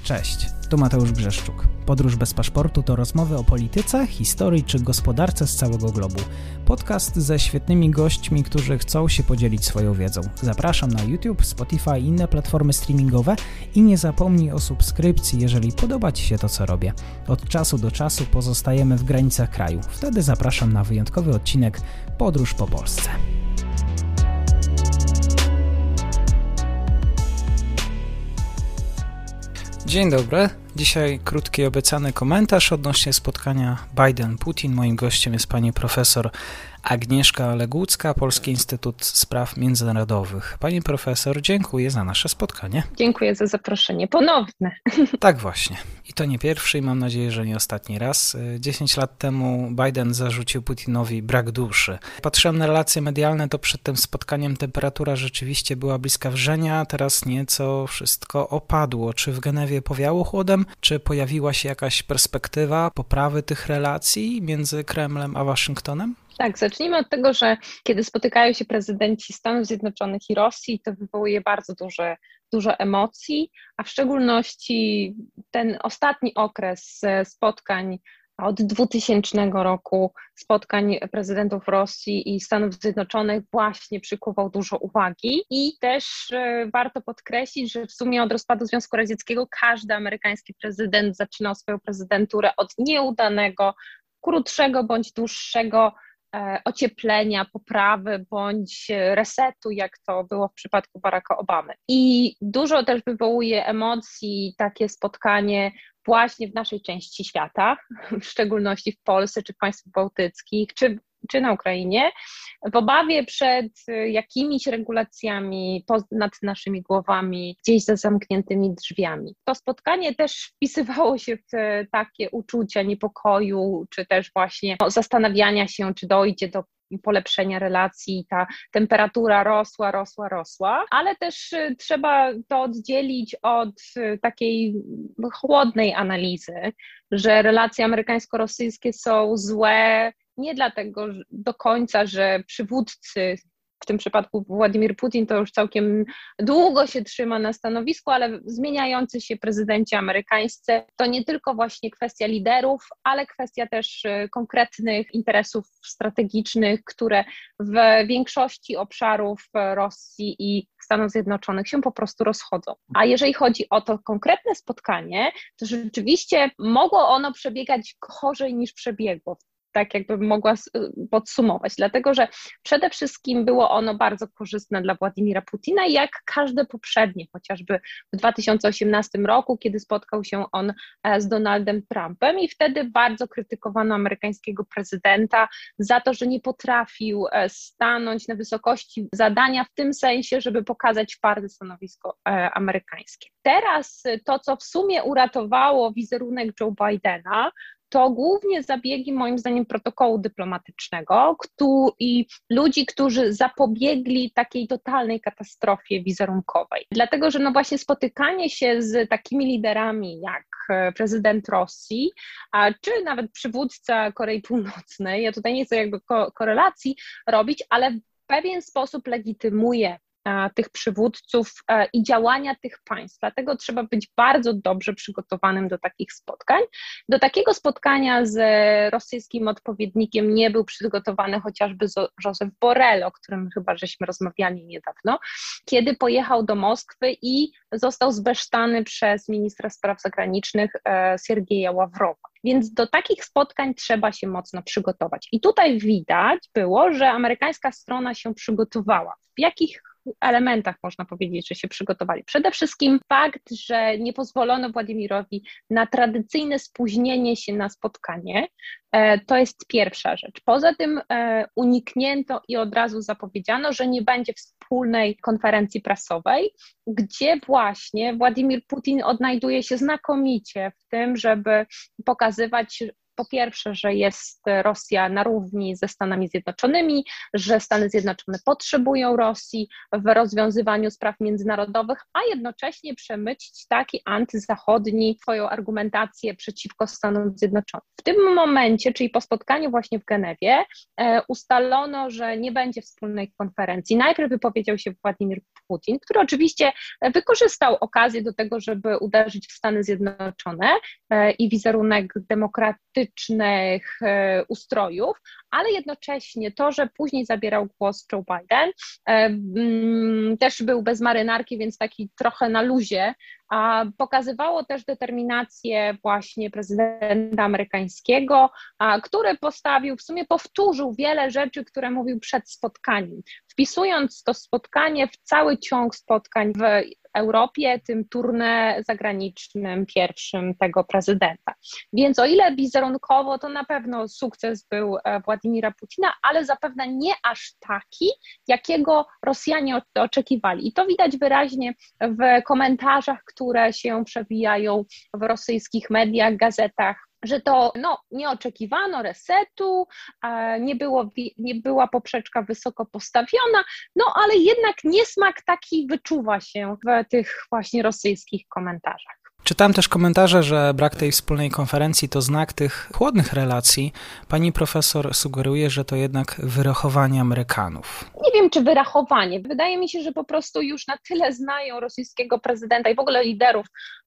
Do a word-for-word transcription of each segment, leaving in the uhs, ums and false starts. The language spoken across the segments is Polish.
Cześć, tu Mateusz Brzeszczuk. Podróż bez paszportu to rozmowy o polityce, historii czy gospodarce z całego globu. Podcast ze świetnymi gośćmi, którzy chcą się podzielić swoją wiedzą. Zapraszam na YouTube, Spotify i inne platformy streamingowe i nie zapomnij o subskrypcji, jeżeli podoba Ci się to, co robię. Od czasu do czasu pozostajemy w granicach kraju. Wtedy zapraszam na wyjątkowy odcinek Podróż po Polsce. Dzień dobry. Dzisiaj krótki obiecany komentarz odnośnie spotkania Biden-Putin. Moim gościem jest pani profesor Agnieszka Ległucka, Polski Instytut Spraw Międzynarodowych. Pani profesor, dziękuję za nasze spotkanie. Dziękuję za zaproszenie ponowne. Tak właśnie. I to nie pierwszy i mam nadzieję, że nie ostatni raz. Dziesięć lat temu Biden zarzucił Putinowi brak duszy. Patrzyłem na relacje medialne, to przed tym spotkaniem temperatura rzeczywiście była bliska wrzenia, teraz nieco wszystko opadło. Czy w Genewie powiało chłodem? Czy pojawiła się jakaś perspektywa poprawy tych relacji między Kremlem a Waszyngtonem? Tak, zacznijmy od tego, że kiedy spotykają się prezydenci Stanów Zjednoczonych i Rosji, to wywołuje bardzo duże, dużo emocji, a w szczególności ten ostatni okres spotkań od dwutysięcznego roku, spotkań prezydentów Rosji i Stanów Zjednoczonych właśnie przykuwał dużo uwagi i też warto podkreślić, że w sumie od rozpadu Związku Radzieckiego każdy amerykański prezydent zaczynał swoją prezydenturę od nieudanego, krótszego bądź dłuższego ocieplenia, poprawy bądź resetu, jak to było w przypadku Baracka Obamy. I dużo też wywołuje emocji takie spotkanie właśnie w naszej części świata, w szczególności w Polsce, czy w państwach bałtyckich, czy, czy na Ukrainie, w obawie przed jakimiś regulacjami nad naszymi głowami, gdzieś za zamkniętymi drzwiami. To spotkanie też wpisywało się w takie uczucia niepokoju, czy też właśnie zastanawiania się, czy dojdzie do polepszenia relacji, ta temperatura rosła, rosła, rosła, ale też trzeba to oddzielić od takiej chłodnej analizy, że relacje amerykańsko-rosyjskie są złe nie dlatego do końca, że przywódcy, w tym przypadku Władimir Putin, to już całkiem długo się trzyma na stanowisku, ale zmieniający się prezydenci amerykańscy to nie tylko właśnie kwestia liderów, ale kwestia też konkretnych interesów strategicznych, które w większości obszarów Rosji i Stanów Zjednoczonych się po prostu rozchodzą. A jeżeli chodzi o to konkretne spotkanie, to rzeczywiście mogło ono przebiegać gorzej niż przebiegło. Tak jakbym mogła podsumować, dlatego że przede wszystkim było ono bardzo korzystne dla Władimira Putina, jak każde poprzednie, chociażby w dwa tysiące osiemnastym roku, kiedy spotkał się on z Donaldem Trumpem i wtedy bardzo krytykowano amerykańskiego prezydenta za to, że nie potrafił stanąć na wysokości zadania w tym sensie, żeby pokazać twarde stanowisko amerykańskie. Teraz to, co w sumie uratowało wizerunek Joe Bidena, to głównie zabiegi, moim zdaniem, protokołu dyplomatycznego i ludzi, którzy zapobiegli takiej totalnej katastrofie wizerunkowej. Dlatego, że no właśnie spotykanie się z takimi liderami jak prezydent Rosji, a czy nawet przywódca Korei Północnej, ja tutaj nie chcę jakby ko- korelacji robić, ale w pewien sposób legitymuje tych przywódców i działania tych państw. Dlatego trzeba być bardzo dobrze przygotowanym do takich spotkań. Do takiego spotkania z rosyjskim odpowiednikiem nie był przygotowany chociażby Josep Borrell, o którym chyba żeśmy rozmawiali niedawno, kiedy pojechał do Moskwy i został zbesztany przez ministra spraw zagranicznych Siergieja Ławrowa. Więc do takich spotkań trzeba się mocno przygotować. I tutaj widać było, że amerykańska strona się przygotowała. W jakich elementach można powiedzieć, że się przygotowali? Przede wszystkim fakt, że nie pozwolono Władimirowi na tradycyjne spóźnienie się na spotkanie, to jest pierwsza rzecz. Poza tym uniknięto i od razu zapowiedziano, że nie będzie wspólnej konferencji prasowej, gdzie właśnie Władimir Putin odnajduje się znakomicie w tym, żeby pokazywać po pierwsze, że jest Rosja na równi ze Stanami Zjednoczonymi, że Stany Zjednoczone potrzebują Rosji w rozwiązywaniu spraw międzynarodowych, a jednocześnie przemycić taki antyzachodni swoją argumentację przeciwko Stanom Zjednoczonym. W tym momencie, czyli po spotkaniu właśnie w Genewie, ustalono, że nie będzie wspólnej konferencji. Najpierw wypowiedział się Władimir Putin, który oczywiście wykorzystał okazję do tego, żeby uderzyć w Stany Zjednoczone i wizerunek demokratycznych ustrojów, ale jednocześnie to, że później zabierał głos Joe Biden, też był bez marynarki, więc taki trochę na luzie, a pokazywało też determinację właśnie prezydenta amerykańskiego, a, który postawił, w sumie powtórzył wiele rzeczy, które mówił przed spotkaniem, wpisując to spotkanie w cały ciąg spotkań w Europie, tym tournée zagranicznym pierwszym tego prezydenta. Więc o ile wizerunkowo to na pewno sukces był Władimira Putina, ale zapewne nie aż taki, jakiego Rosjanie oczekiwali. I to widać wyraźnie w komentarzach, które się przewijają w rosyjskich mediach, gazetach, że to no, nie oczekiwano resetu, nie, było, nie była poprzeczka wysoko postawiona, no ale jednak niesmak taki wyczuwa się w tych właśnie rosyjskich komentarzach. Czytałem też komentarze, że brak tej wspólnej konferencji to znak tych chłodnych relacji. Pani profesor sugeruje, że to jednak wyrachowanie Amerykanów. Nie wiem, czy wyrachowanie. Wydaje mi się, że po prostu już na tyle znają rosyjskiego prezydenta i w ogóle liderów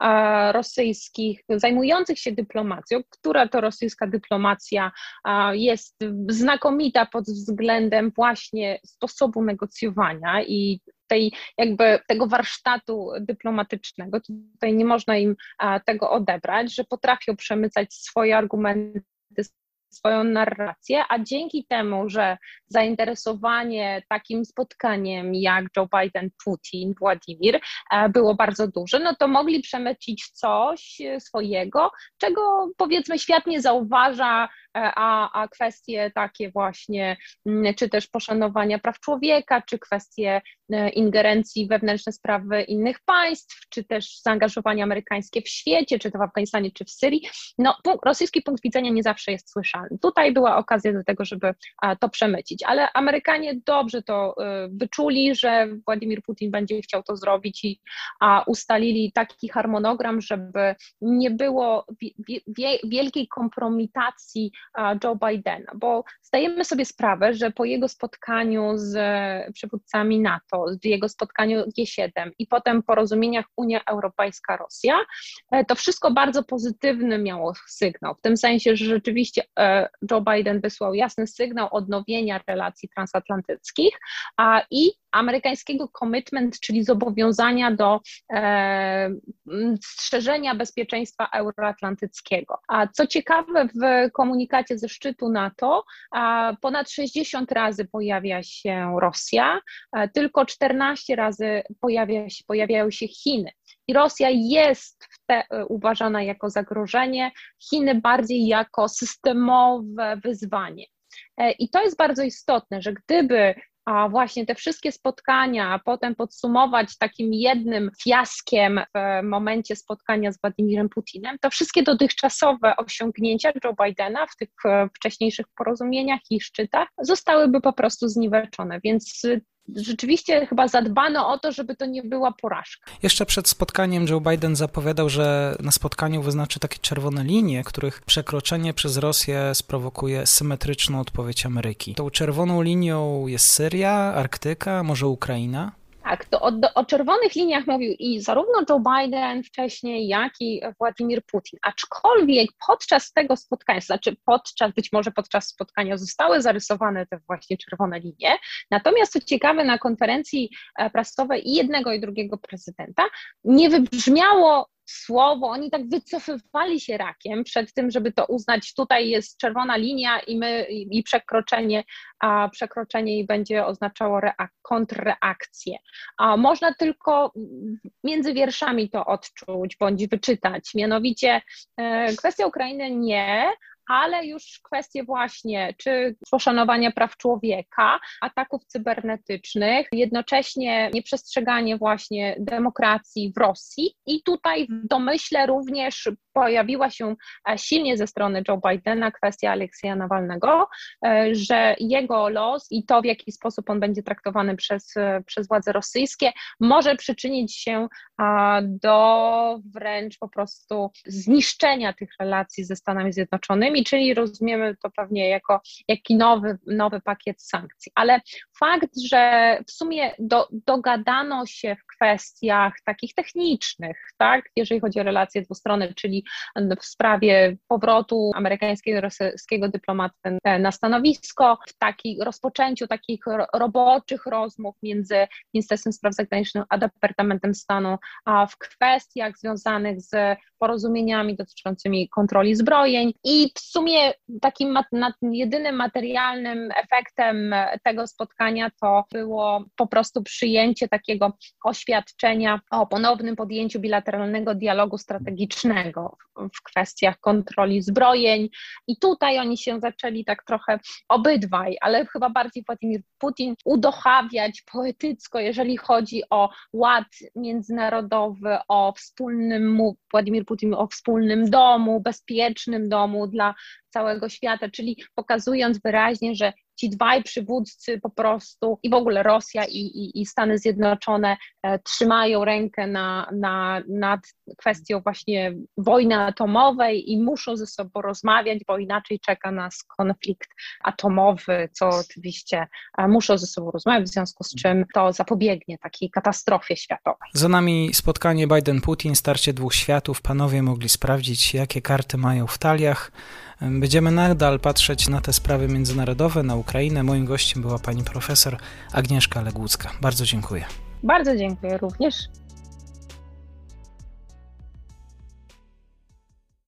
e, rosyjskich zajmujących się dyplomacją, która to rosyjska dyplomacja e, jest znakomita pod względem właśnie sposobu negocjowania i tej, jakby tego warsztatu dyplomatycznego. Tutaj nie można im a, tego odebrać, że potrafią przemycać swoje argumenty, swoją narrację, a dzięki temu, że zainteresowanie takim spotkaniem jak Joe Biden, Putin, Władimir było bardzo duże, no to mogli przemycić coś swojego, czego powiedzmy świat nie zauważa, a, a kwestie takie właśnie, czy też poszanowania praw człowieka, czy kwestie ingerencji w wewnętrzne sprawy innych państw, czy też zaangażowanie amerykańskie w świecie, czy to w Afganistanie, czy w Syrii, no rosyjski punkt widzenia nie zawsze jest słyszalny. Tutaj była okazja do tego, żeby to przemycić, ale Amerykanie dobrze to wyczuli, że Władimir Putin będzie chciał to zrobić i ustalili taki harmonogram, żeby nie było wielkiej kompromitacji Joe Bidena, bo zdajemy sobie sprawę, że po jego spotkaniu z przywódcami NATO, w jego spotkaniu G siedem i potem porozumieniach Unia Europejska-Rosja, to wszystko bardzo pozytywny miało sygnał, w tym sensie, że rzeczywiście Joe Biden wysłał jasny sygnał odnowienia relacji transatlantyckich a, i amerykańskiego commitment, czyli zobowiązania do e, strzeżenia bezpieczeństwa euroatlantyckiego. A co ciekawe, w komunikacie ze szczytu NATO a, ponad sześćdziesiąt razy pojawia się Rosja, a, tylko czternaście razy pojawia się, pojawiają się Chiny. I Rosja jest w te, uważana jako zagrożenie, Chiny bardziej jako systemowe wyzwanie. E, I to jest bardzo istotne, że gdyby a właśnie te wszystkie spotkania, a potem podsumować takim jednym fiaskiem w momencie spotkania z Władimirem Putinem, to wszystkie dotychczasowe osiągnięcia Joe Bidena w tych wcześniejszych porozumieniach i szczytach zostałyby po prostu zniweczone, więc rzeczywiście chyba zadbano o to, żeby to nie była porażka. Jeszcze przed spotkaniem Joe Biden zapowiadał, że na spotkaniu wyznaczy takie czerwone linie, których przekroczenie przez Rosję sprowokuje symetryczną odpowiedź Ameryki. Tą czerwoną linią jest Syria, Arktyka, może Ukraina? Tak, to o, o czerwonych liniach mówił i zarówno Joe Biden wcześniej, jak i Władimir Putin. Aczkolwiek podczas tego spotkania, znaczy podczas, być może podczas spotkania zostały zarysowane te właśnie czerwone linie. Natomiast co ciekawe, na konferencji prasowej i jednego i drugiego prezydenta nie wybrzmiało słowo, oni tak wycofywali się rakiem przed tym, żeby to uznać, tutaj jest czerwona linia i my i, i przekroczenie, a przekroczenie i będzie oznaczało reak- kontrreakcję. A można tylko między wierszami to odczuć bądź wyczytać, mianowicie e, kwestia Ukrainy nie, ale już kwestie właśnie czy poszanowania praw człowieka, ataków cybernetycznych, jednocześnie nieprzestrzeganie właśnie demokracji w Rosji i tutaj w domyśle również pojawiła się silnie ze strony Joe Bidena kwestia Aleksieja Nawalnego, że jego los i to, w jaki sposób on będzie traktowany przez, przez władze rosyjskie, może przyczynić się do wręcz po prostu zniszczenia tych relacji ze Stanami Zjednoczonymi, czyli rozumiemy to pewnie jako jaki nowy, nowy pakiet sankcji. Ale fakt, że w sumie do, dogadano się w kwestiach takich technicznych, tak, jeżeli chodzi o relacje dwustronne, czyli w sprawie powrotu amerykańskiego i rosyjskiego dyplomaty na stanowisko, w taki, rozpoczęciu takich roboczych rozmów między Ministerstwem Spraw Zagranicznych a Departamentem Stanu, a w kwestiach związanych z porozumieniami dotyczącymi kontroli zbrojeń i w sumie takim mat- jedynym materialnym efektem tego spotkania to było po prostu przyjęcie takiego oświadczenia o ponownym podjęciu bilateralnego dialogu strategicznego w kwestiach kontroli zbrojeń i tutaj oni się zaczęli tak trochę obydwaj, ale chyba bardziej Władimir Putin udochawiać poetycko, jeżeli chodzi o ład międzynarodowy, o wspólnym, Władimir Putin o wspólnym domu, bezpiecznym domu dla całego świata, czyli pokazując wyraźnie, że ci dwaj przywódcy po prostu i w ogóle Rosja i, i, i Stany Zjednoczone e, trzymają rękę na, na, nad kwestią właśnie wojny atomowej i muszą ze sobą rozmawiać, bo inaczej czeka nas konflikt atomowy, co oczywiście e, muszą ze sobą rozmawiać, w związku z czym to zapobiegnie takiej katastrofie światowej. Za nami spotkanie Biden-Putin, starcie dwóch światów. Panowie mogli sprawdzić, jakie karty mają w taliach. Będziemy nadal patrzeć na te sprawy międzynarodowe, na Ukrainę. Moim gościem była pani profesor Agnieszka Ległucka. Bardzo dziękuję. Bardzo dziękuję również.